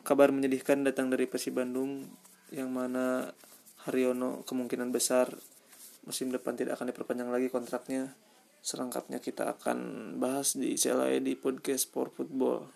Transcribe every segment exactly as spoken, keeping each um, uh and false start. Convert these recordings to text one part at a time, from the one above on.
kabar menyedihkan datang dari Persib Bandung, yang mana Haryono kemungkinan besar musim depan tidak akan diperpanjang lagi kontraknya. Selengkapnya kita akan bahas di C L A di Podcast for Football.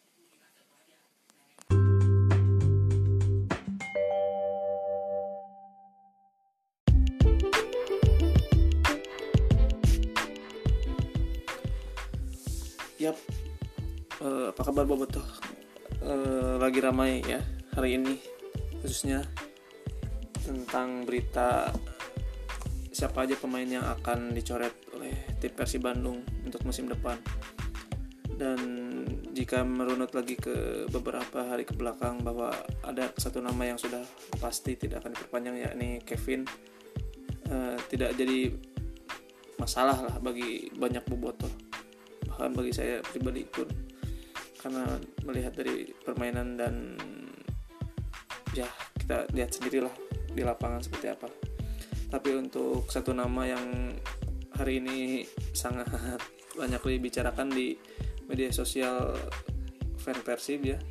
Yap, uh, apa kabar Bobotoh? Uh, lagi ramai ya hari ini, khususnya tentang berita siapa aja pemain yang akan dicoret oleh tim Persib Bandung untuk musim depan. Dan jika merunut lagi ke beberapa hari ke belakang, bahwa ada satu nama yang sudah pasti tidak akan diperpanjang, yakni Kevin. Uh, tidak jadi masalah lah bagi banyak bobotoh, bahkan bagi saya pribadi pun, karena melihat dari permainan dan ya kita lihat sendirilah di lapangan seperti apa. Tapi untuk satu nama yang hari ini sangat banyak dibicarakan di media sosial fan Persib ya,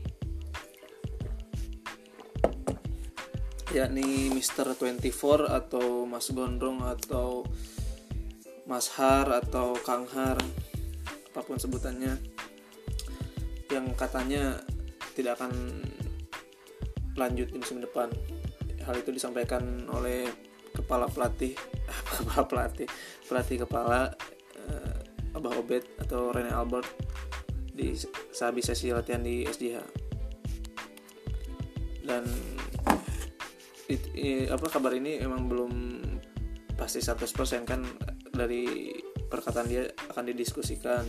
yakni mister dua puluh empat atau Mas Gondrong atau Mas Har atau Kang Har, apapun sebutannya, yang katanya tidak akan lanjut di musim depan. Hal itu disampaikan oleh kepala pelatih kepala pelatih pelatih kepala uh, Abah Obed atau Rene Albert di sehabis sesi latihan di S J H. Dan it, it, apa kabar ini emang belum pasti seratus persen kan, dari perkataan dia akan didiskusikan.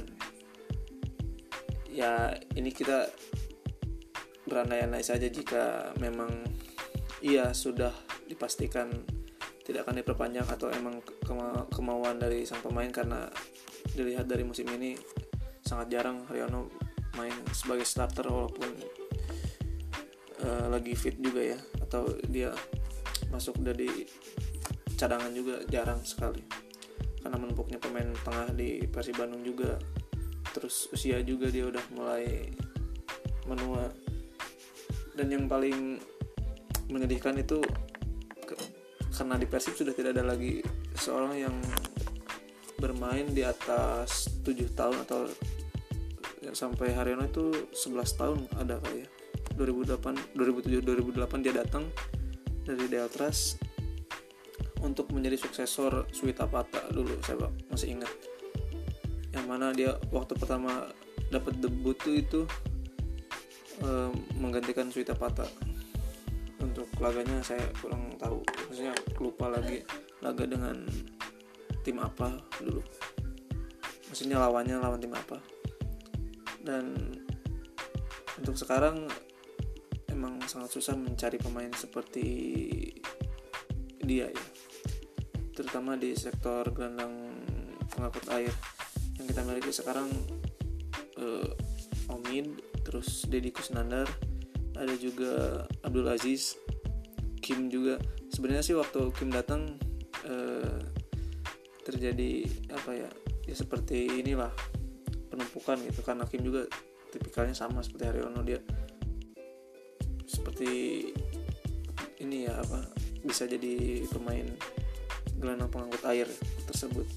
Ya ini kita berandai-andai saja jika memang ia sudah dipastikan tidak akan diperpanjang, atau emang kema- kemauan dari sang pemain, karena dilihat dari musim ini sangat jarang Haryono main sebagai starter, walaupun uh, lagi fit juga ya, atau dia masuk dari cadangan juga jarang sekali, karena menumpuknya pemain tengah di Persib Bandung juga. Terus usia juga dia udah mulai menua. Dan yang paling menyedihkan itu ke, karena di Persib sudah tidak ada lagi seorang yang bermain di atas tujuh tahun, atau ya, sampai Haryono itu sebelas tahun ada kali ya. dua ribu delapan, dua ribu tujuh, dua ribu delapan dia datang dari Deltras untuk menjadi suksesor Suita Pata dulu, saya masih ingat. Yang mana dia waktu pertama dapat debut tuh itu e, menggantikan Suita Pata. Untuk laganya saya kurang tahu, maksudnya lupa lagi laga dengan tim apa dulu, maksudnya lawannya lawan tim apa. Dan untuk sekarang emang sangat susah mencari pemain seperti dia ya, terutama di sektor gelandang pengangkut air yang kita miliki sekarang. uh, Omid, terus Deddy Kusnandar, ada juga Abdul Aziz, Kim juga. Sebenarnya sih waktu Kim datang uh, terjadi apa ya, ya seperti inilah penumpukan gitu, karena Kim juga tipikalnya sama seperti Haryono, dia seperti ini ya, apa, bisa jadi pemain gelandang pengangkut air tersebut.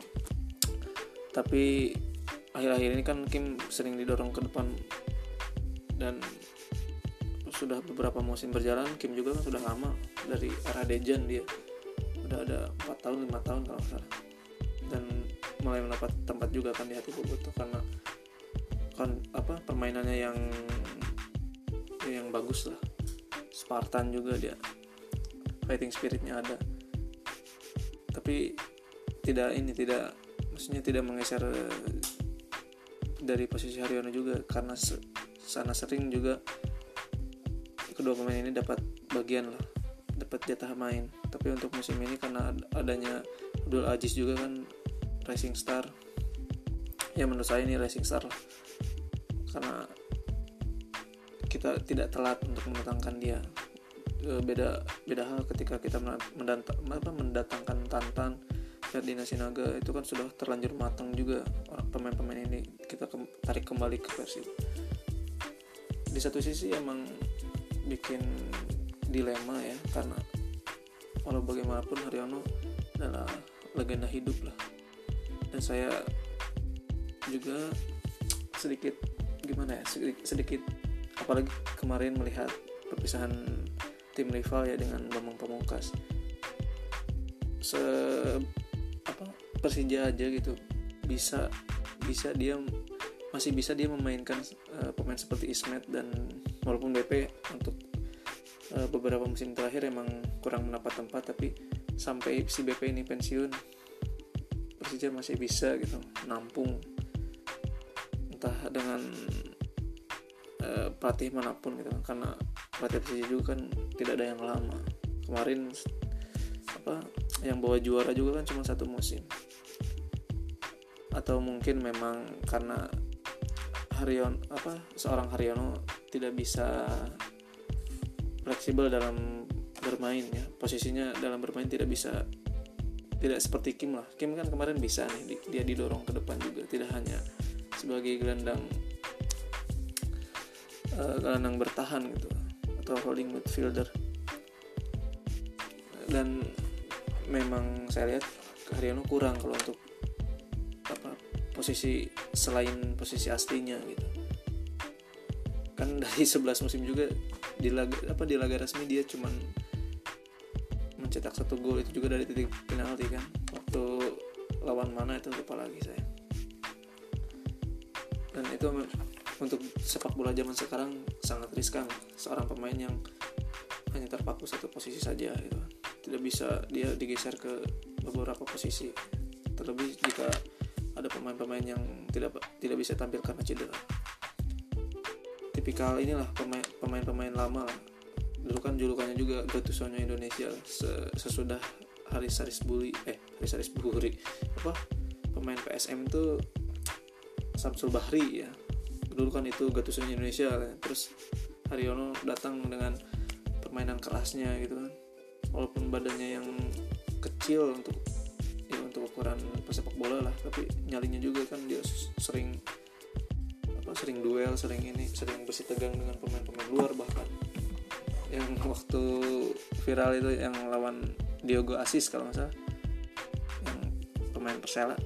Tapi akhir-akhir ini kan Kim sering didorong ke depan, dan sudah beberapa musim berjalan Kim juga kan sudah lama dari era Dejan, dia udah ada empat tahun lima tahun kalau salah, dan mulai mendapat tempat juga kan di hati bobotoh, karena kan apa permainannya yang yang bagus lah, Spartan juga dia, fighting spiritnya ada. Tapi tidak ini tidak maksudnya tidak menggeser dari posisi Haryono juga, karena sana sering juga kedua pemain ini dapat bagian lah, dapat jatah main. Tapi untuk musim ini karena adanya Abdul Aziz juga kan rising star, ya menurut saya ini rising star lah, karena kita tidak telat untuk mendatangkan dia. Beda beda hal ketika kita mendatang, apa, mendatangkan Tantan, Ferdinand Sinaga, itu kan sudah terlanjur matang juga pemain-pemain ini, kita ke, tarik kembali ke Persib. Di satu sisi emang bikin dilema ya, karena walau bagaimanapun Haryono adalah legenda hidup lah. Dan saya juga sedikit gimana ya, sedikit, sedikit apalagi kemarin melihat perpisahan tim rival ya dengan Bambang Pamungkas. Se apa Persija aja gitu bisa bisa dia masih bisa dia memainkan uh, pemain seperti Ismet, dan walaupun B P untuk uh, beberapa musim terakhir emang kurang mendapat tempat, tapi sampai si B P ini pensiun Persija masih bisa gitu nampung, entah dengan uh, pelatih manapun gitu, karena pelatih Persija juga kan tidak ada yang lama. Kemarin apa yang bawa juara juga kan cuma satu musim. Atau mungkin memang karena Haryono apa seorang Haryono tidak bisa fleksibel dalam bermain ya, posisinya dalam bermain tidak bisa, tidak seperti Kim lah. Kim kan kemarin bisa nih, dia didorong ke depan juga, tidak hanya sebagai gelandang uh, gelandang bertahan gitu atau holding midfielder. Dan memang saya lihat Haryono kurang kalau untuk apa posisi selain posisi aslinya gitu. Kan dari sebelas musim juga di laga apa di laga resmi dia cuman mencetak satu gol, itu juga dari titik penalti kan. Waktu lawan mana itu lupa lagi saya. Dan itu untuk sepak bola zaman sekarang sangat riskan, seorang pemain yang hanya terpaku satu posisi saja gitu. Tidak bisa dia digeser ke beberapa posisi. Terlebih jika ada pemain-pemain yang tidak tidak bisa tampil karena cedera. Tipikal inilah pemain pemain-pemain lama lah. Dulu kan julukannya juga Gattuso-nya Indonesia sesudah Haris Harisburi eh Haris Harisburi apa pemain P S M itu Samsul Bahri ya. Dulu kan itu Gattuso-nya Indonesia, terus Haryono datang dengan permainan kerasnya gitu kan. Walaupun badannya yang kecil untuk ya untuk ukuran pesepak bola lah, tapi nyalinya juga kan dia sering apa sering duel, sering ini, sering bersih tegang dengan pemain-pemain luar. Bahkan yang waktu viral itu yang lawan Diogo Asis kalau nggak salah, yang pemain Persela.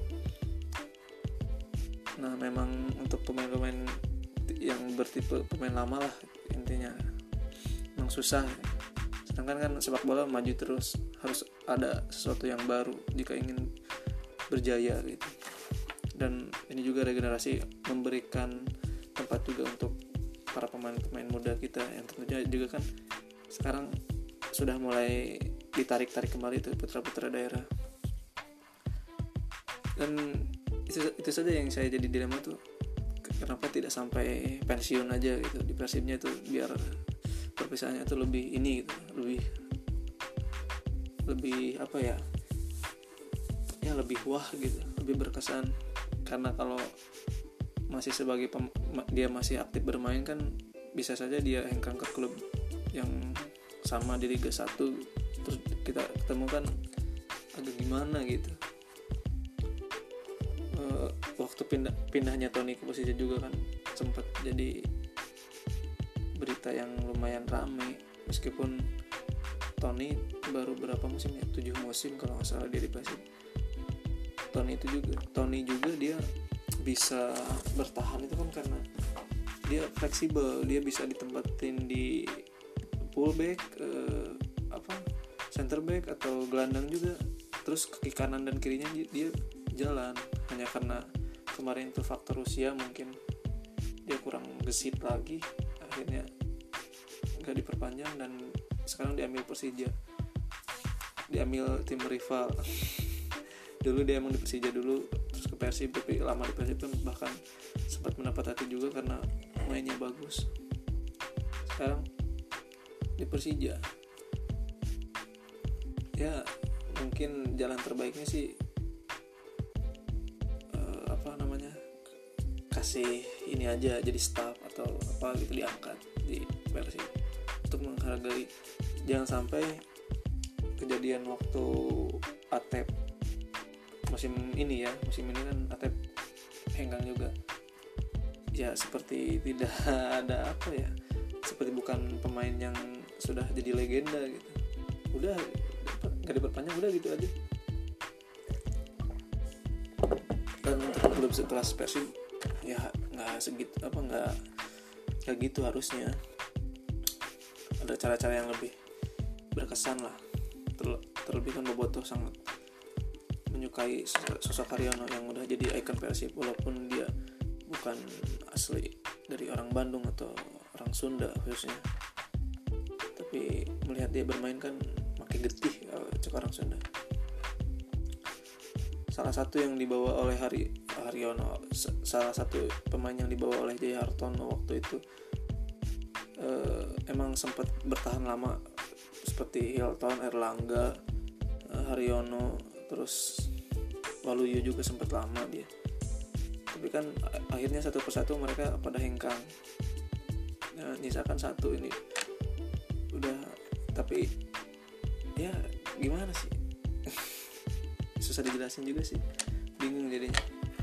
Nah memang untuk pemain-pemain yang bertipe pemain lama lah intinya memang susah. Sedangkan kan sepak bola maju terus, harus ada sesuatu yang baru jika ingin berjaya gitu. Dan ini juga regenerasi memberikan tempat juga untuk para pemain-pemain muda kita yang tentunya juga kan sekarang sudah mulai ditarik-tarik kembali itu putra-putra daerah. Dan itu, itu saja yang saya jadi dilema tuh, kenapa tidak sampai pensiun aja gitu di Persibnya tuh, biar perpisahannya tuh lebih ini gitu, lebih lebih apa ya ya lebih wah gitu, lebih berkesan. Karena kalau masih sebagai pem- dia masih aktif bermain kan bisa saja dia hengkang ke klub yang sama di Liga satu, terus kita ketemu kan agak gimana gitu. E, waktu pindah pindahnya Tony ke Persija juga kan sempat jadi berita yang lumayan ramai, meskipun Tony baru berapa musim ya, tujuh musim kalau nggak salah dia di Persib. Tony itu juga Tony juga dia bisa bertahan itu kan karena dia fleksibel, dia bisa ditempatin di fullback, eh, apa center back atau gelandang juga, terus kaki kanan dan kirinya dia jalan. Hanya karena kemarin itu faktor usia mungkin dia kurang gesit lagi, akhirnya nggak diperpanjang dan sekarang diambil Persija, diambil tim rival. Dulu dia emang di Persija dulu, terus ke Persib, tapi lama di Persib pun bahkan sempat mendapat hati juga karena mainnya bagus. Sekarang di Persija ya mungkin jalan terbaiknya sih uh, apa namanya kasih ini aja jadi staff atau apa gitu, diangkat di Persib untuk menghargai. Jangan sampai kejadian waktu Atep musim ini ya, musim ini kan Atep henggang juga ya, seperti tidak ada apa ya, seperti seperti bukan pemain yang sudah jadi legenda gitu. Udah nggak diperpanjang, udah gitu aja. Dan untuk klub sekelas Persib ya nggak segitu apa nggak nggak gitu harusnya. Ada cara-cara yang lebih berkesan lah. Terle- terlebih kan Bobotoh sangat menyukai sosok Haryono yang udah jadi ikon Persib, walaupun dia bukan asli dari orang Bandung atau orang Sunda khususnya, tapi melihat dia bermain kan makin getih kalau cek orang Sunda. Salah satu yang dibawa oleh Hari Haryono, salah satu pemain yang dibawa oleh Jaya Hartono waktu itu eh, emang sempat bertahan lama, seperti Hilton, Erlangga, eh, Haryono, terus Waluyo juga sempat lama dia. Tapi kan akhirnya satu persatu mereka pada hengkang. Nah, nyisakan satu ini udah, tapi ya gimana sih? Susah dijelasin juga sih, bingung jadinya.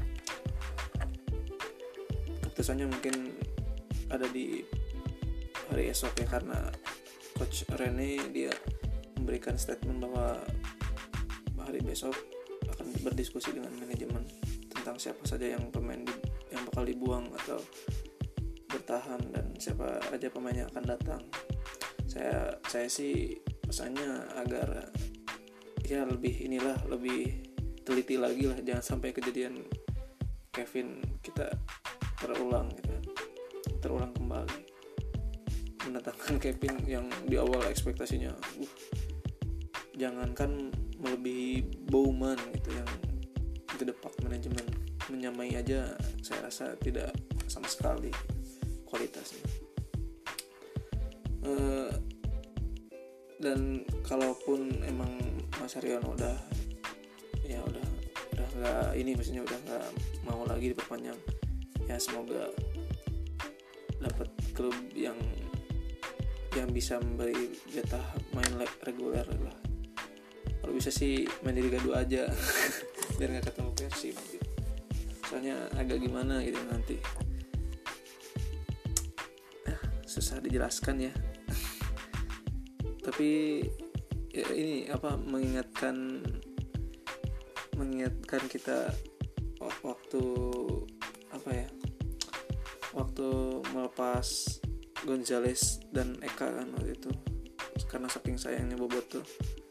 Keputusannya mungkin ada di hari esok ya, karena Coach Rene dia memberikan statement bahwa hari besok akan berdiskusi dengan manajemen tentang siapa saja yang pemain di, yang bakal dibuang atau bertahan, dan siapa aja pemain yang akan datang. Saya saya sih pesannya agar ya lebih inilah lebih teliti lagi lah, jangan sampai kejadian Kevin kita terulang gitu kan. Terulang kembali. Mendatangkan Kevin yang di awal ekspektasinya uh, jangankan melebihi Bowman gitu yang gedepak manajemen, menyamai aja saya rasa tidak sama sekali kualitasnya. Uh, dan kalaupun emang Mas Haryono udah ya udah udah nggak ini maksudnya udah nggak mau lagi diperpanjang, ya semoga dapat klub yang yang bisa memberi jatah main reguler lah. Kalau bisa sih main di Liga dua aja biar nggak ketemu Persib gitu. Soalnya agak gimana gitu nanti, ah, susah dijelaskan ya. Tapi ya ini apa mengingatkan mengingatkan kita waktu apa ya waktu melepas Gonzales dan Eka kan waktu itu, karena saking sayangnya Bobotoh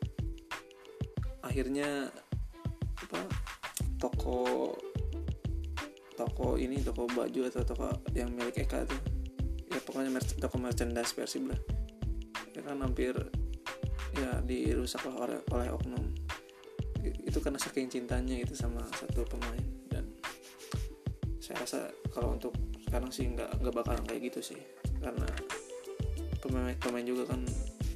akhirnya apa toko toko ini toko baju atau toko yang milik Eka tuh ya pokoknya mer- toko merchandise Persib lah ya kan hampir ya dirusak lah oleh, oleh oknum itu karena saking cintanya gitu sama satu pemain. Dan saya rasa kalau untuk sekarang sih nggak nggak bakalan kayak gitu sih, karena pemain pemain juga kan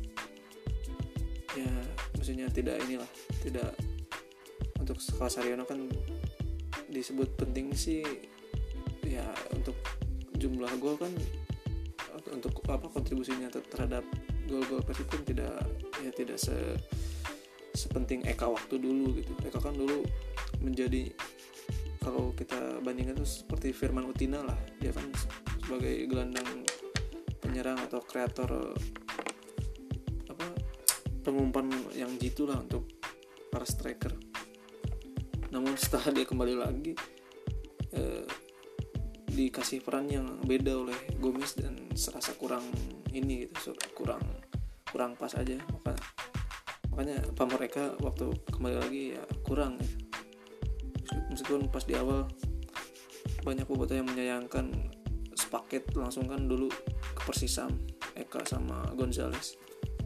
ya maksudnya tidak inilah tidak untuk kelas Haryono kan disebut penting sih ya untuk jumlah gol kan, untuk apa kontribusinya terhadap gol-gol Persib kan tidak ya tidak se sepenting Eka waktu dulu gitu. Eka kan dulu menjadi, kalau kita bandingkan tuh seperti Firman Utina lah, dia kan sebagai gelandang penyerang atau kreator apa pengumpan yang jitu lah untuk para striker. Namun setelah dia kembali lagi eh, dikasih peran yang beda oleh Gomez dan serasa kurang ini gitu, kurang kurang pas aja. Maka makanya pamor Eka waktu kembali lagi ya kurang gitu. Meskipun pas di awal banyak bobotoh yang menyayangkan sepaket langsung kan dulu ke Persisam Eka sama Gonzales.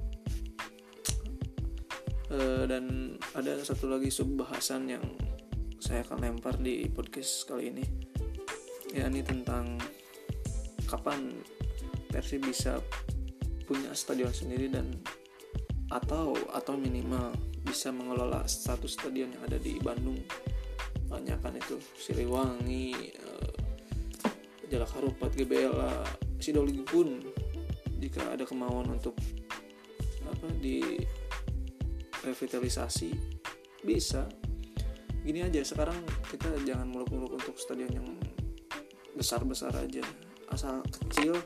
E, dan ada satu lagi sub-bahasan yang saya akan lempar di podcast kali ini, yakni tentang kapan Persib bisa punya stadion sendiri dan atau atau minimal bisa mengelola satu stadion yang ada di Bandung. Banyak kan itu Siliwangi, eh, Jalak Harupat, G B L A, Sidoli pun jika ada kemauan untuk apa di revitalisasi bisa. Gini aja, sekarang kita jangan muluk-muluk untuk stadion yang besar-besar aja, asal kecil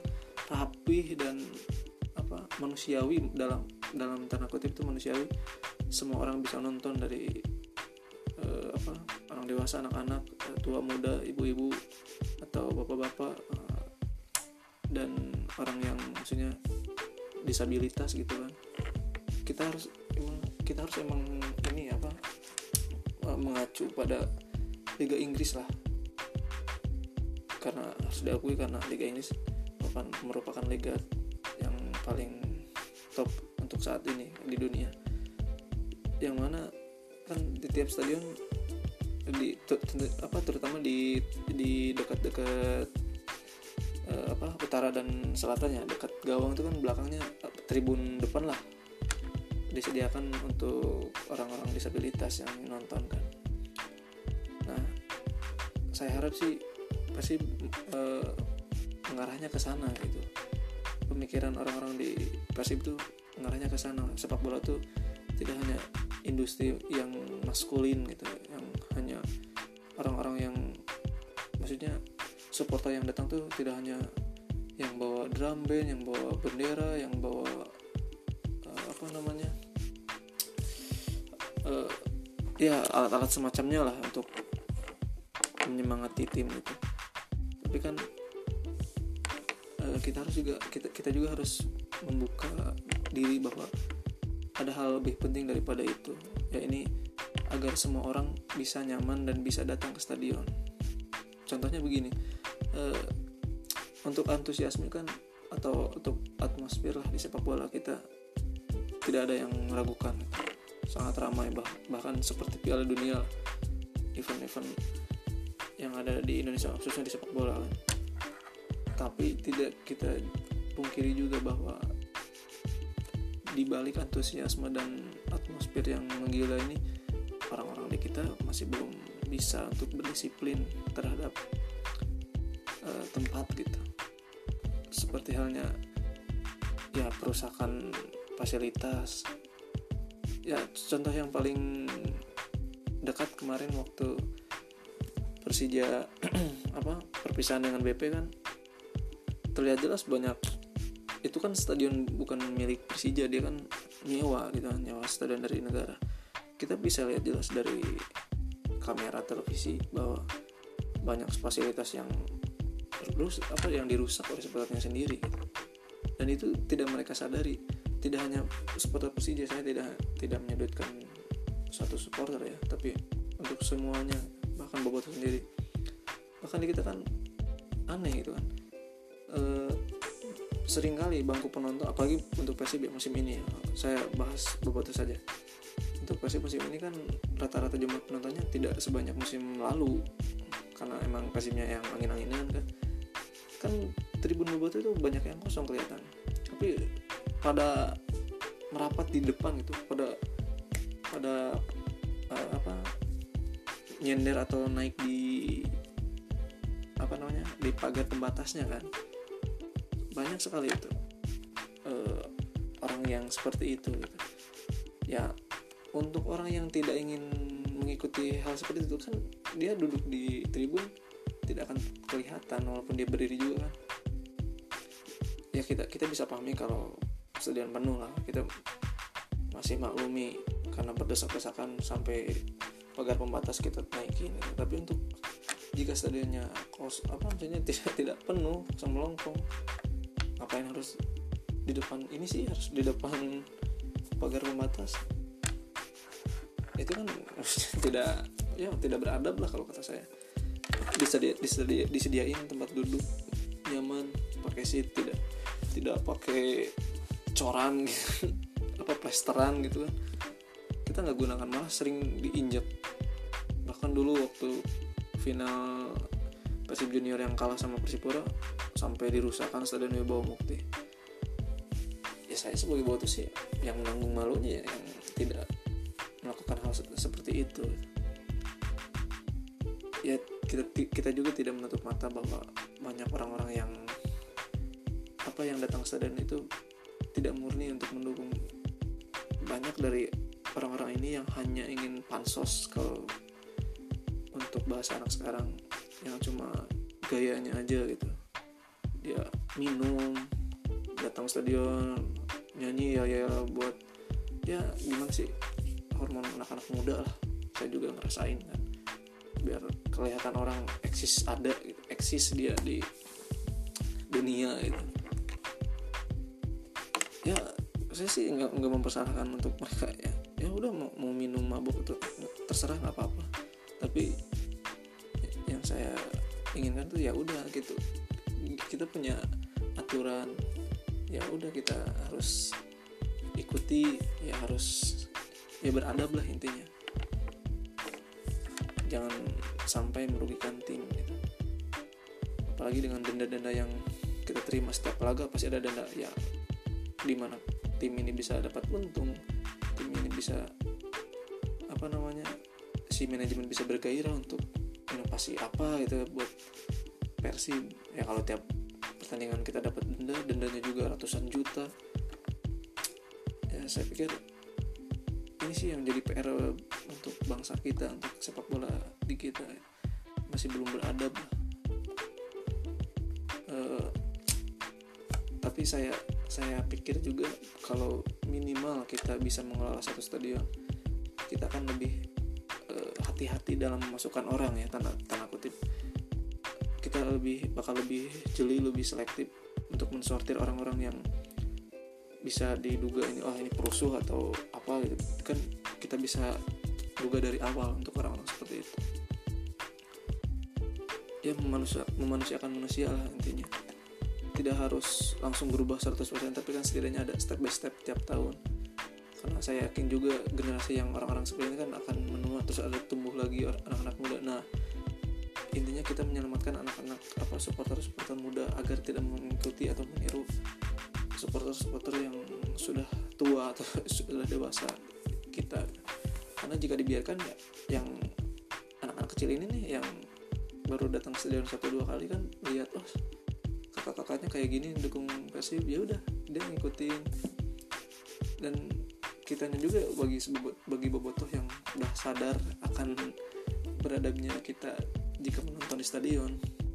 rapih dan apa manusiawi, dalam dalam tanda kutip itu manusiawi, semua orang bisa nonton dari uh, apa orang dewasa, anak-anak, tua muda, ibu-ibu atau bapak-bapak, uh, dan orang yang maksudnya disabilitas gitu kan. Kita harus emang kita harus emang ini apa uh, mengacu pada Liga Inggris lah, karena harus diakui karena Liga Inggris merupakan, merupakan liga yang paling top untuk saat ini di dunia, yang mana kan di tiap stadion di ter, apa terutama di di dekat-dekat uh, apa utara dan selatannya, dekat gawang itu kan belakangnya tribun depan lah disediakan untuk orang-orang disabilitas yang nonton kan. Nah, saya harap sih pasti uh, mengarahnya ke sana gitu. Pemikiran orang-orang di Persib itu mengarahnya ke sana. Sepak bola tuh tidak hanya industri yang maskulin gitu, yang hanya orang-orang yang maksudnya supporter yang datang tuh tidak hanya yang bawa drum band, yang bawa bendera, yang bawa uh, apa namanya uh, ya alat-alat semacamnya lah untuk menyemangati tim gitu. Tapi kan uh, kita harus juga kita kita juga harus membuka diri bahwa ada hal lebih penting daripada itu, ya ini agar semua orang bisa nyaman dan bisa datang ke stadion. Contohnya begini, uh, untuk antusiasme kan atau untuk atmosfer lah di sepak bola kita tidak ada yang meragukan, sangat ramai, bah, bahkan seperti Piala Dunia, event-event yang ada di Indonesia khususnya di sepak bola kan. Tapi tidak kita pungkiri juga bahwa di balik antusiasme dan atmosfer yang menggila ini, orang-orang di kita masih belum bisa untuk berdisiplin terhadap uh, tempat gitu. Seperti halnya ya perusakan fasilitas. Ya contoh yang paling dekat kemarin waktu Persija apa perpisahan dengan B P kan, terlihat jelas banyak, itu kan stadion bukan milik Persija, dia kan nyewa gitu kan, nyewa stadion dari negara. Kita bisa lihat jelas dari kamera televisi bahwa banyak fasilitas yang rusak, apa yang dirusak oleh supporternya sendiri gitu. Dan itu tidak mereka sadari. Tidak hanya supporter Persija, saya tidak tidak menyudutkan satu supporter ya, tapi untuk semuanya, bahkan bobotoh sendiri. Bahkan di kita kan aneh gitu kan. E, seringkali bangku penonton, apalagi untuk Persib musim ini ya, saya bahas bobotoh saja. Untuk Persib musim ini kan rata-rata jumlah penontonnya tidak sebanyak musim lalu, karena emang Persibnya yang angin-anginan kan. Kan tribun bobotoh itu banyak yang kosong kelihatan, tapi pada merapat di depan gitu, pada pada uh, apa nyender atau naik di apa namanya di pagar pembatasnya kan. Banyak sekali itu uh, orang yang seperti itu gitu. Ya untuk orang yang tidak ingin mengikuti hal seperti itu kan, dia duduk di tribun tidak akan kelihatan walaupun dia berdiri juga kan. Ya kita kita bisa pahami kalau stadion penuh lah, kita masih maklumi karena berdesak-desakan sampai pagar pembatas kita naikin gitu. Tapi untuk jika stadionnya kos apa maksudnya tidak tidak penuh, kosong melongkong, ngapain harus di depan ini sih, harus di depan pagar pembatas? Itu kan tidak ya tidak beradab lah kalau kata saya. Disedia, disedia, disediain tempat duduk nyaman, pakai seat, tidak tidak pakai coran gitu, apa plesteran gitu kan. Kita nggak gunakan, malah sering diinjak. Bahkan dulu waktu final Persib Junior yang kalah sama Persipura sampai dirusakkan Stadion Wibawa Mukti. Ya saya sebagai bobotoh sih yang menanggung malunya ya, yang tidak melakukan hal seperti itu. Ya kita kita juga tidak menutup mata bahwa banyak orang-orang yang apa yang datang ke stadion itu tidak murni untuk mendukung. Banyak dari orang-orang ini yang hanya ingin pansos, kalau untuk bahasa anak sekarang, yang cuma gayanya aja gitu. Dia minum, datang stadion nyanyi ya ya buat ya gimana sih, hormon anak-anak muda lah, saya juga ngerasain kan, biar kelihatan orang eksis, ada gitu, eksis dia di dunia gitu. Ya saya sih nggak nggak mempersalahkan untuk mereka ya, ya udah mau, mau minum mabuk itu terserah, nggak apa-apa, tapi yang saya inginkan tuh ya udah gitu, kita punya aturan, ya udah kita harus ikuti, ya harus ya beradab lah intinya, jangan sampai merugikan tim gitu. Apalagi dengan denda-denda yang kita terima setiap laga, pasti ada denda ya, di mana tim ini bisa dapat untung, tim ini bisa apa namanya, si manajemen bisa bergairah untuk inovasi apa gitu buat Persib ya. Kalau tiap pertandingan kita dapat denda, dendanya juga ratusan juta ya. Saya pikir ini sih yang jadi P R untuk bangsa kita, untuk sepak bola di kita, masih belum beradab lah. Uh, tapi saya saya pikir juga kalau minimal kita bisa mengelola satu stadion, kita akan lebih uh, hati-hati dalam memasukkan orang ya, tanda tanda kutip. Kita lebih bakal lebih jeli, lebih selektif untuk mensortir orang-orang yang bisa diduga ini, oh ini perusuh atau apa gitu kan, kita bisa duga dari awal untuk orang-orang seperti itu. Ya memanusia, memanusiakan manusia lah intinya. Tidak harus langsung berubah seratus persen, tapi kan setidaknya ada step by step tiap tahun. Karena saya yakin juga generasi yang orang-orang seperti ini kan akan menua, terus ada tumbuh lagi anak-anak muda. Nah, intinya kita menyelamatkan anak-anak apa supporter-supporter muda agar tidak mengikuti atau meniru supporter-supporter yang sudah tua atau sudah dewasa kita. Karena jika dibiarkan ya, yang anak-anak kecil ini nih yang baru datang stadion satu dua kali kan lihat, oh kakak-kakaknya kayak gini dukung Persib, ya udah dia ngikutin. Dan kitanya juga bagi bagi bobotoh yang udah sadar akan beradabnya kita jika menonton di stadion,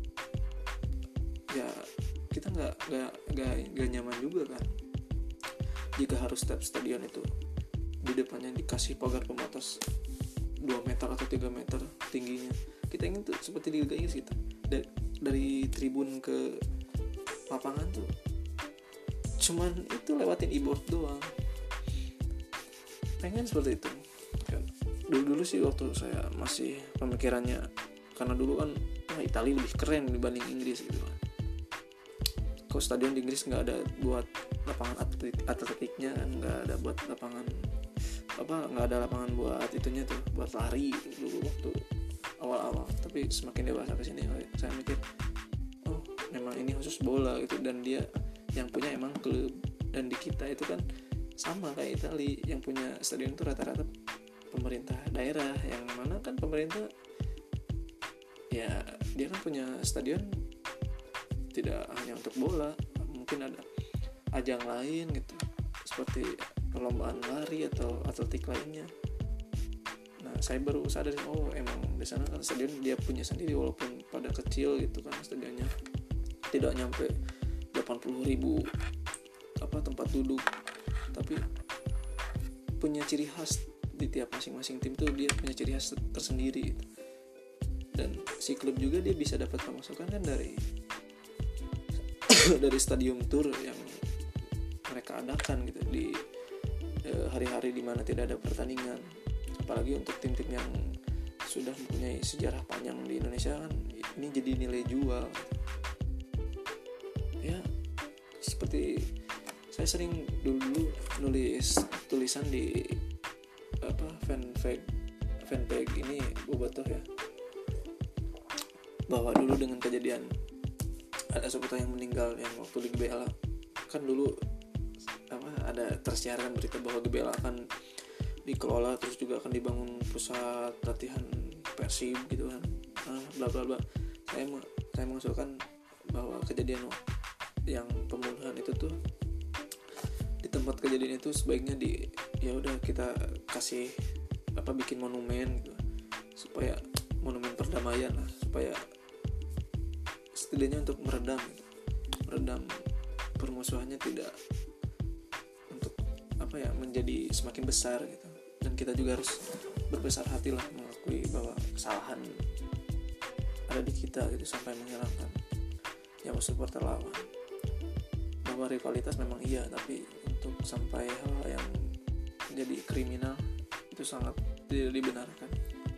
ya kita nggak nggak nggak nggak nyaman juga kan jika harus setiap stadion itu di depannya dikasih pagar pembatas dua meter atau tiga meter tingginya. Kita ingin tuh seperti di Liga Inggris gitu, dari, dari tribun ke lapangan tuh cuman itu lewatin e-board doang, pengen seperti itu kan. Dulu-dulu sih waktu saya masih pemikirannya, karena dulu kan wah, Italia lebih keren dibanding Inggris gitu kan. Kok stadion di Inggris nggak ada buat lapangan atletik, atletiknya kan, nggak ada buat lapangan apa, nggak ada lapangan buat itunya tuh, buat lari gitu, dulu waktu awal-awal. Tapi semakin dewasa kesini saya mikir, oh memang ini khusus bola gitu, dan dia yang punya emang klub. Dan di kita itu kan sama kayak Italia, yang punya stadion itu rata-rata pemerintah daerah, yang mana kan pemerintah ya dia kan punya stadion tidak hanya untuk bola, mungkin ada ajang lain gitu, seperti perlombaan lari atau atletik lainnya. Nah saya baru sadar, oh emang di sana kan stadion dia punya sendiri, walaupun pada kecil gitu kan stadionnya, tidak nyampe delapan puluh ribu apa tempat duduk, tapi punya ciri khas di tiap masing-masing tim tuh, dia punya ciri khas tersendiri gitu. Dan si klub juga dia bisa dapat pemasukan kan dari dari stadium tour yang mereka adakan gitu di eh, hari-hari di mana tidak ada pertandingan. Apalagi untuk tim-tim yang sudah mempunyai sejarah panjang di Indonesia kan, ini jadi nilai jual. Ya seperti saya sering dulu nulis tulisan di apa fanpage fanpage ini bobotoh ya, bahwa dulu dengan kejadian ada supporter yang meninggal yang waktu di G B L kan dulu apa ada tersiarkan berita bahwa G B L akan dikelola, terus juga akan dibangun pusat latihan Persib gitu kan, ah, bla bla bla. Saya saya mengusulkan bahwa kejadian yang pembunuhan itu tuh di tempat kejadian itu sebaiknya di ya udah kita kasih apa bikin monumen gitu, supaya monumen perdamaian lah, supaya setidaknya untuk meredam gitu, meredam permusuhannya tidak untuk apa ya menjadi semakin besar gitu. Dan kita juga harus berbesar hati lah mengakui bahwa kesalahan ada di kita gitu, sampai menghilangkan yang supporter lawan. Bahwa rivalitas memang iya, tapi untuk sampai hal yang jadi kriminal itu sangat tidak dibenarkan.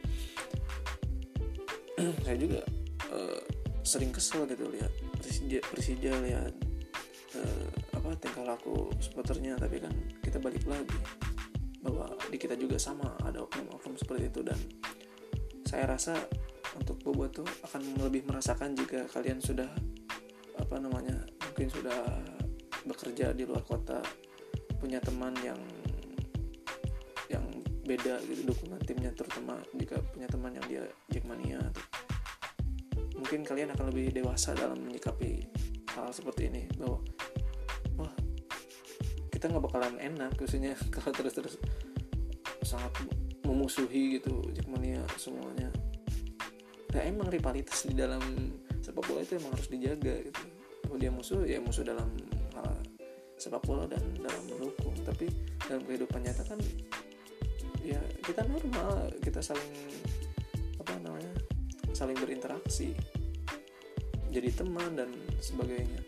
Saya juga uh, sering kesel gitu lihat Persija, Persija lihat uh, apa tingkah laku supporternya, tapi kan kita balik lagi bahwa di kita juga sama ada oknum-oknum seperti itu. Dan saya rasa untuk bobotoh akan lebih merasakan jika kalian sudah apa namanya mungkin sudah bekerja di luar kota, punya teman yang yang beda gitu dukungan timnya, terutama jika punya teman yang dia Jackmania tuh. Mungkin kalian akan lebih dewasa dalam menyikapi hal seperti ini, bahwa wah kita nggak bakalan enak khususnya kalau terus-terus sangat memusuhi gitu Jackmania semuanya. Ya emang rivalitas di dalam sepak bola itu emang harus dijaga gitu. Kalau dia musuh ya musuh dalam hal sepak bola dan dalam mendukung, tapi dalam kehidupan nyata kan ya kita normal, kita saling apa namanya saling berinteraksi, jadi teman dan sebagainya.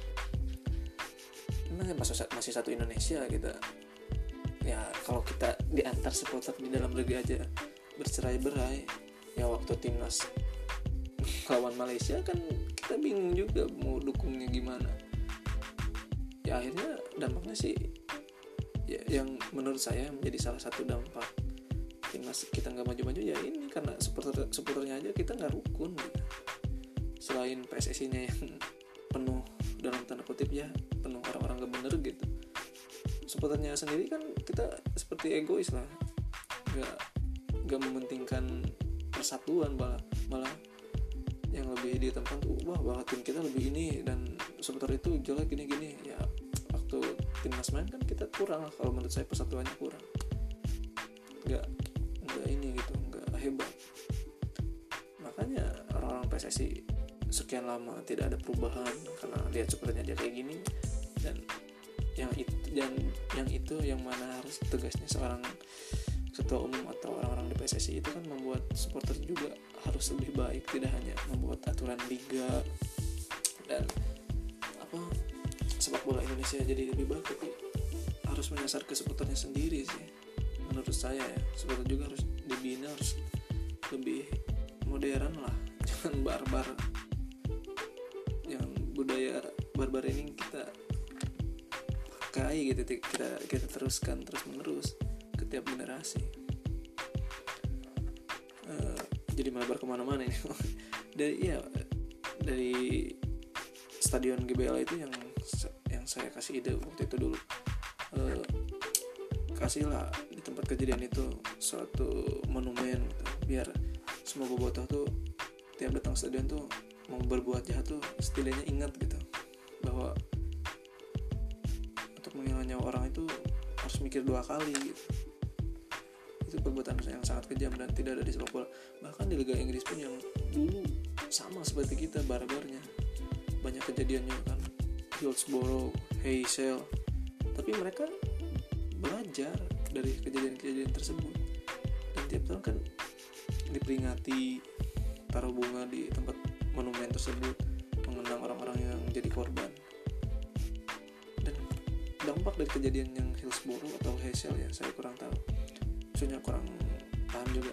Memang masih, masih satu Indonesia kita. Ya kalau kita diantar supporter di dalam negeri aja bercerai-berai, ya waktu timnas lawan Malaysia kan kita bingung juga mau dukungnya gimana. Ya akhirnya dampaknya sih ya, yang menurut saya menjadi salah satu dampak timnas kita nggak maju-maju ya ini karena supporter supporternya aja kita nggak rukun gitu. Selain P S S I-nya yang penuh dalam tanda kutip ya penuh orang-orang gak bener gitu, supporternya sendiri kan kita seperti egois lah, nggak nggak mementingkan persatuan, malah malah yang lebih ditemukan tuh wah bahwa tim kita lebih ini dan supporter itu jelek gini-gini. Ya waktu timnas main kan kita kurang lah, kalau menurut saya persatuannya kurang, nggak nggak ini gitu, nggak hebat. Makanya orang-orang P S S I sekian lama tidak ada perubahan karena lihat supporternya dia kayak gini. Dan yang itu dan yang itu yang mana harus tegasnya seorang ketua umum atau orang-orang di P S S I itu kan membuat supporter juga harus lebih baik, tidak hanya membuat aturan liga dan apa sepak bola Indonesia jadi lebih baik, tapi harus menyasar ke supporternya sendiri sih menurut saya ya. Supporter juga harus dibina, harus lebih modern lah, jangan barbar. Yang budaya barbar ini kita pakai gitu, kita kita teruskan terus menerus ke tiap generasi. Uh, jadi melebar kemana-mana ini. Dari ya dari stadion G B L itu yang yang saya kasih ide waktu itu dulu. Uh, kasihlah di tempat kejadian itu suatu monumen gitu, biar semua bobotoh tuh tiap datang stadion tuh mau berbuat jahat tuh setidaknya ingat gitu bahwa untuk menghilangkan nyawa orang itu harus mikir dua kali gitu. Itu perbuatan yang sangat kejam dan tidak ada di sepak bola. Bahkan di Liga Inggris pun yang dulu sama seperti kita barbarnya, banyak kejadiannya kan, Hillsborough, Heysel, tapi mereka belajar dari kejadian-kejadian tersebut dan tiap tahun kan diperingati, taruh bunga di tempat monumen tersebut, mengenang orang-orang yang jadi korban. Dan dampak dari kejadian yang Hillsborough atau Heysel ya saya kurang tahu, maksudnya kurang paham juga.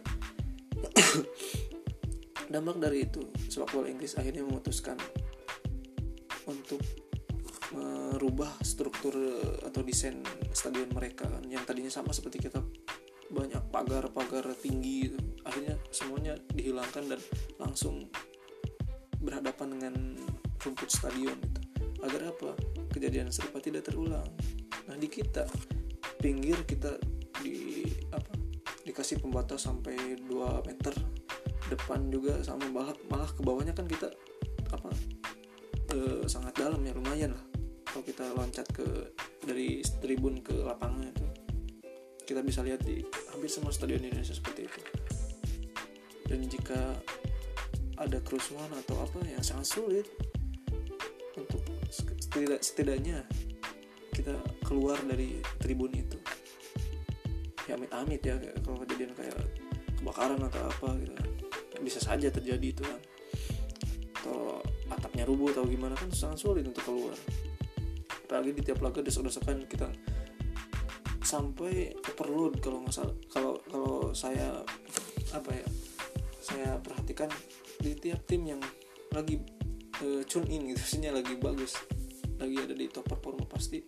Dampak dari itu sepak bola Inggris akhirnya memutuskan untuk merubah struktur atau desain stadion mereka kan, yang tadinya sama seperti kita, banyak pagar-pagar tinggi gitu. Akhirnya semuanya dihilangkan dan langsung berhadapan dengan rumput stadion gitu. Agar apa? Kejadian serupa tidak terulang. Nah di kita pinggir kita di apa? Dikasih pembatas sampai dua meter, depan juga sama, malah malah ke bawahnya kan kita apa? E, sangat dalam ya, lumayan lah. Kalau kita loncat ke dari tribun ke lapangan itu, kita bisa lihat di hampir semua stadion Indonesia seperti itu. Dan jika ada kerusuhan atau apa yang sangat sulit untuk setidak, setidaknya kita keluar dari tribun itu. Ya amit-amit ya kalau kejadian kayak kebakaran atau apa gitu kan, bisa saja terjadi itu kan, atau atapnya rubuh atau gimana kan, sangat sulit untuk keluar. Apalagi di tiap laga desek-desekan kita sampai overload kalau nggak salah. Kalau kalau saya apa ya, saya perhatikan di tiap tim yang lagi uh, tune in gitu, maksudnya lagi bagus, lagi ada di top performa, pasti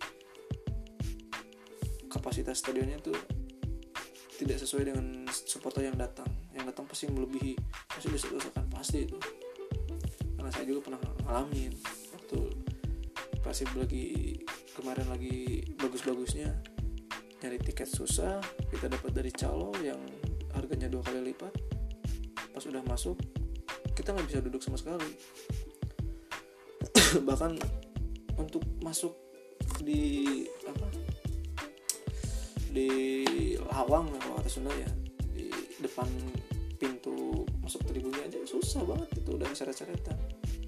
kapasitas stadionnya tuh tidak sesuai dengan supporter yang datang. Yang datang pasti melebihi, pasti desek-desekan pasti itu. Karena saya juga pernah ngalamin waktu Persib lagi kemarin lagi bagus-bagusnya, nyari tiket susah, kita dapat dari calo yang harganya dua kali lipat. Pas udah masuk kita nggak bisa duduk sama sekali. Bahkan untuk masuk di apa di lawang kalau kata Sunda ya, di depan pintu masuk tribunnya aja susah banget, itu udah seret-seretan.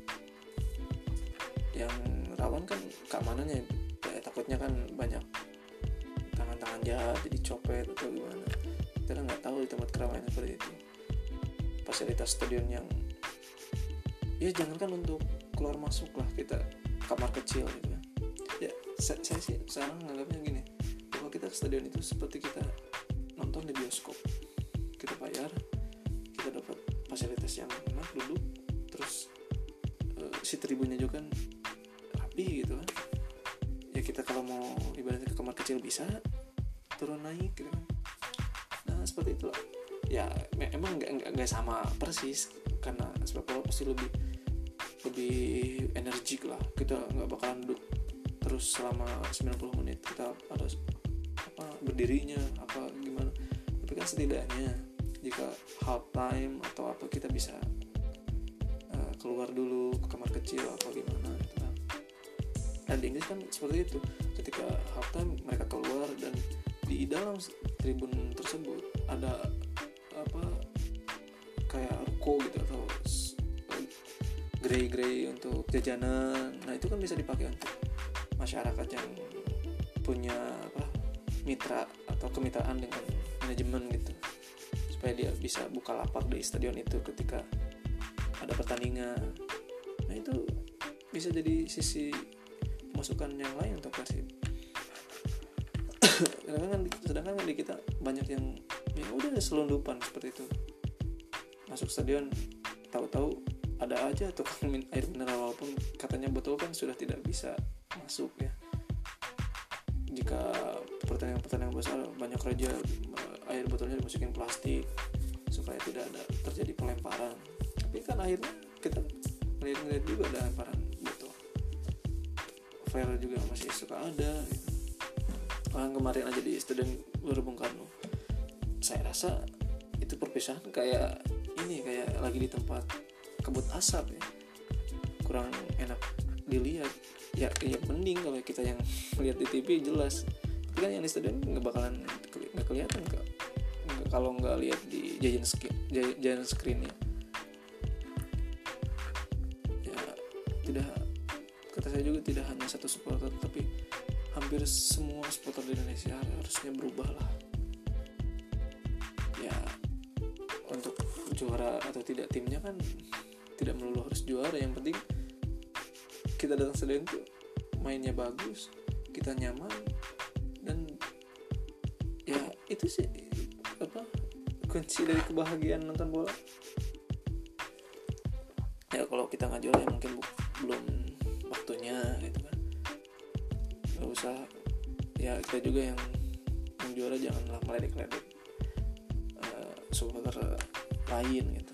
Yang rawan kan keamanannya ya, takutnya kan banyak tangan-tangan jahat jadi copet atau gimana. Kita nggak tahu di tempat keramaian seperti itu. Fasilitas stadion yang ya jangankan untuk keluar masuk lah, kita kamar kecil gitu kan. Ya saya, saya sih sekarang nganggapnya gini, bahwa kita ke stadion itu seperti kita nonton di bioskop. Kita bayar, kita dapat fasilitas yang enak, duduk, terus uh, si tribunnya juga kan rapi gitu kan. Ya kita kalau mau ibaratnya ke kamar kecil bisa turun naik gitu kan. Nah seperti itulah. Ya emang nggak nggak sama persis, karena sepak bola pasti lebih lebih energik lah. Kita nggak bakalan duduk terus selama sembilan puluh menit, kita harus apa berdirinya apa gimana. Tapi kan setidaknya jika half time atau apa kita bisa uh, keluar dulu ke kamar kecil atau gimana gitu kan. Nah di Inggris kan seperti itu, ketika half time mereka keluar dan di dalam tribun tersebut ada apa kayak ruko gitu atau grey-grey untuk jajanan. Nah itu kan bisa dipakai untuk masyarakat yang punya apa mitra atau kemitraan dengan manajemen gitu, supaya dia bisa buka lapak di stadion itu ketika ada pertandingan. Nah itu bisa jadi sisi masukan yang lain untuk Persib. sedangkan sedangkan di kita banyak yang ya udah selundupan seperti itu, masuk stadion tahu-tahu ada aja tukang air mineral, walaupun katanya botol kan sudah tidak bisa masuk ya. Jika pertandingan-pertandingan besar banyak raja air botolnya dimasukin plastik supaya tidak ada terjadi pelemparan. Tapi kan akhirnya kita melihat-lihat juga ada lemparan botol. Fair juga masih suka ada gitu. Orang kemarin aja di Stadion Gelora Bung Karno, saya rasa itu perpisahan kayak ini, kayak lagi di tempat kabut asap ya, kurang enak dilihat. Ya, ya mending kalau kita yang melihat di T V jelas, tapi kan yang di stadion nggak bakalan nggak kelihatan kok kalau nggak lihat di giant screen, giant screen-nya. Ya tidak, kata saya juga tidak hanya satu supporter, tapi hampir semua supporter di Indonesia harusnya berubah lah. Ya untuk juara atau tidak timnya kan tidak melulu harus juara, yang penting kita datang stadion tuh mainnya bagus, kita nyaman, dan ya itu sih apa kunci dari kebahagiaan nonton bola. Ya kalau kita nggak juara ya mungkin bu- belum waktunya gitu kan, nggak usah ya, kita juga yang yang juara janganlah meledek-ledek uh, supporter lain gitu.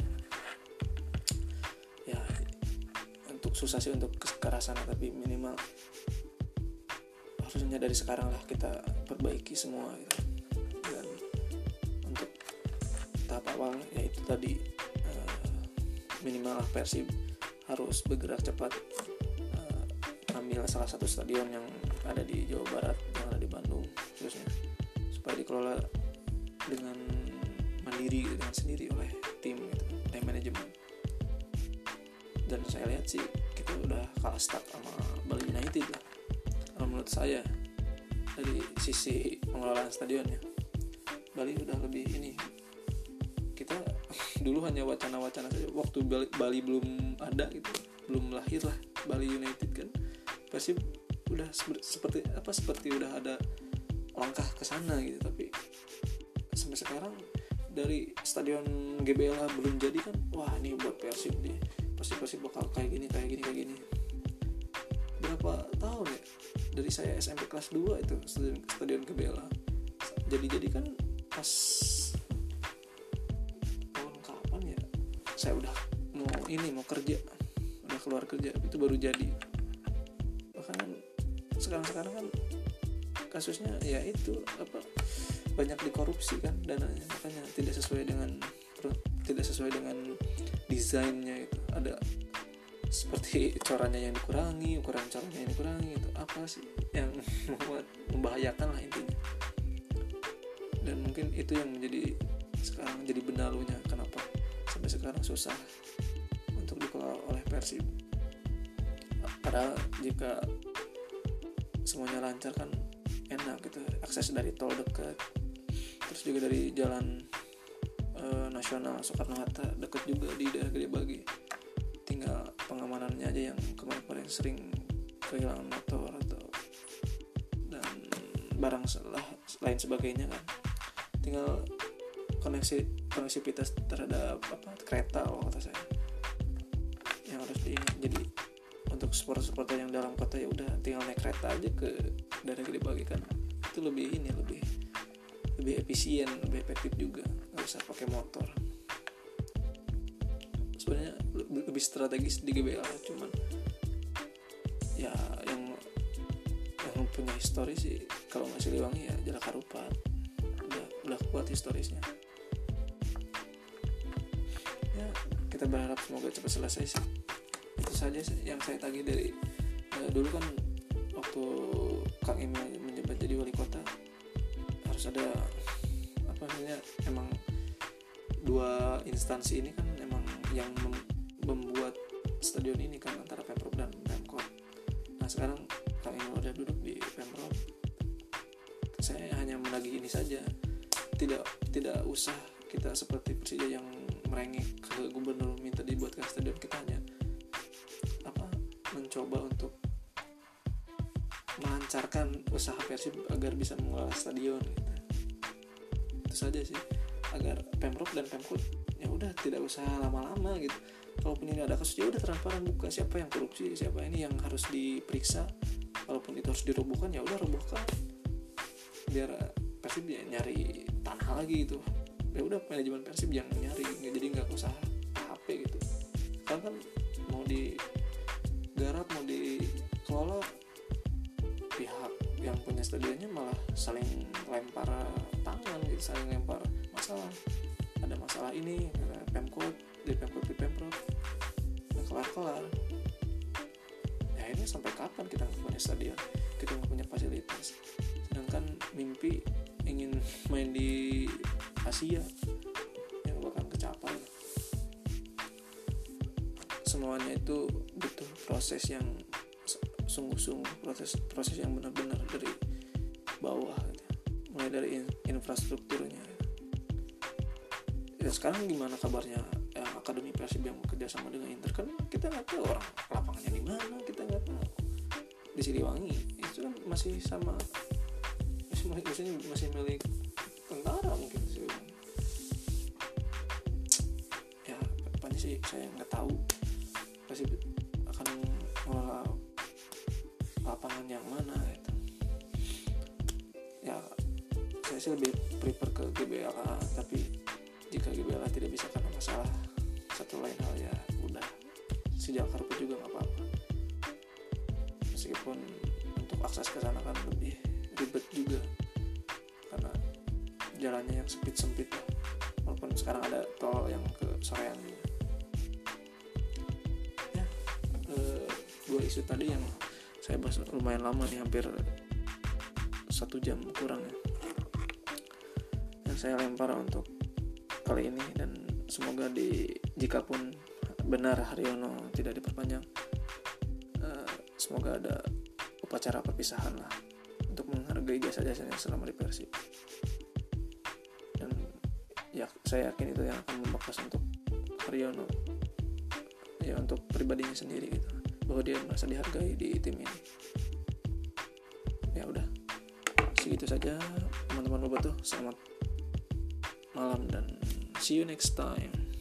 Ya untuk susah sih untuk kekerasan, tapi minimal harusnya dari sekarang lah kita perbaiki semua gitu. Dan untuk tahap awal yaitu tadi uh, minimal lah Persib harus bergerak cepat uh, ambil salah satu stadion yang ada di Jawa Barat, yang ada di Bandung khususnya, supaya dikelola dengan mandiri dengan sendiri oleh tim gitu, oleh manajemen. Dan saya lihat sih kita udah kalah start sama Bali United lah kalau menurut saya dari sisi pengelolaan stadionnya. Bali udah lebih ini, kita dulu hanya wacana-wacana saja waktu Bali, Bali belum ada gitu, belum lahir lah Bali United kan, Persib udah seperti apa seperti udah ada langkah ke sana gitu. Tapi sampai sekarang dari stadion G B L A belum jadi kan, wah ini buat Persib nih, pasti Persib bakal kayak gini kayak gini kayak gini. Berapa tahun ya dari saya S M P kelas dua itu stadion, stadion G B L A jadi-jadi kan pas tahun kapan ya saya udah mau ini mau kerja, udah keluar kerja itu baru jadi. Bahkan kan sekarang-sekarang kan kasusnya ya itu apa banyak dikorupsi kan dananya, makanya tidak sesuai dengan tidak sesuai dengan desainnya itu, ada seperti corannya yang dikurangi, ukuran corannya yang dikurangi, itu apa sih yang membuat membahayakan lah intinya. Dan mungkin itu yang menjadi sekarang jadi benalunya kenapa sampai sekarang susah untuk dikelola oleh Persib. Padahal jika semuanya lancar kan enak gitu, akses dari tol dekat, terus juga dari jalan e, nasional Soekarno-Hatta dekat juga di daerah Gede Bagi. Tinggal pengamanannya aja yang kemarin-kemarin sering kehilangan motor atau dan barang salah lain sebagainya kan. Tinggal koneksi koneksivitas terhadap apa kereta kalau kata saya yang harus di jadi untuk supporter-supporter yang dalam kota ya udah tinggal naik kereta aja ke daerah Gede Bagi kan, itu lebih ini lebih lebih efisien, lebih efektif juga, nggak usah pakai motor. Sebenarnya lebih strategis di G B L A, cuman ya yang yang punya histori sih kalau nggak Siliwangi ya Jalak Harupat, udah udah kuat historisnya. Ya kita berharap semoga cepat selesai sih. Itu saja yang saya tagih dari eh, dulu kan waktu Kang Emil menjabat jadi wali kota harus ada apa namanya, emang dua instansi ini kan emang yang mem- membuat stadion ini kan antara Pemprov dan Pemkot. Nah sekarang Kang Emil udah duduk di Pemprov, saya hanya menagih ini saja, tidak tidak usah kita seperti Persija yang merengek ke gubernur minta dibuatkan stadion. Kita hanya apa mencoba untuk melancarkan usaha Persib agar bisa mengelola stadion gitu. Itu saja sih, agar Pemprov dan Pemkot ya udah tidak usah lama-lama gitu. Kalaupun ini ada kasus ya udah transparan, buka siapa yang korupsi, siapa ini yang harus diperiksa. Kalaupun itu harus dirobohkan ya udah robohkan, biar Persib ya nyari tanah lagi gitu. Ya udah manajemen Persib yang nyari, jadi nggak usah H P gitu. Kan kan mau digarap mau dikelola, pihak yang punya stadionnya malah saling lempar tangan gitu, saling lempar masalah. Ada masalah ini Pemkot di Pemkot di Pemprov nggak kelar-kelar. Ya ini sampai kapan kita nggak punya stadion, kita nggak punya fasilitas, sedangkan mimpi ingin main di Asia yang bakal kecapai. Semuanya itu butuh proses yang sungguh-sungguh, proses proses yang benar-benar dari bawah gitu. Mulai dari in- infrastrukturnya gitu. Ya sekarang gimana kabarnya ya, Akademi Persib yang bekerja sama dengan Inter, kan kita nggak tahu orang lapangannya di mana, kita nggak tahu. Di Siliwangi itu kan masih sama, masih masih masih milik tentara mungkin sih. Ya apanya sih saya nggak tahu. Persib akan mengelola lapangan yang mana gitu. Ya saya sih lebih prefer ke G B L A, tapi jika G B L A tidak bisa karena masalah satu lain hal ya udah sejak karpet juga nggak apa-apa. Meskipun untuk akses ke sana kan lebih ribet juga karena jalannya yang sempit-sempit lah. Walaupun sekarang ada tol yang ke Soreang juga. Ya eh, dua isu tadi yang saya bahas lumayan lama nih, hampir satu jam kurang ya, yang saya lempar untuk kali ini. Dan semoga di jikapun benar Haryono tidak diperpanjang, semoga ada upacara perpisahan lah untuk menghargai jasa-jasanya selama di Persib. Dan ya saya yakin itu yang akan membekas untuk Haryono, ya untuk pribadinya sendiri gitu, bahwa dia merasa dihargai di tim ini. Ya udah, segitu saja teman-teman Bobotoh. Selamat malam dan see you next time.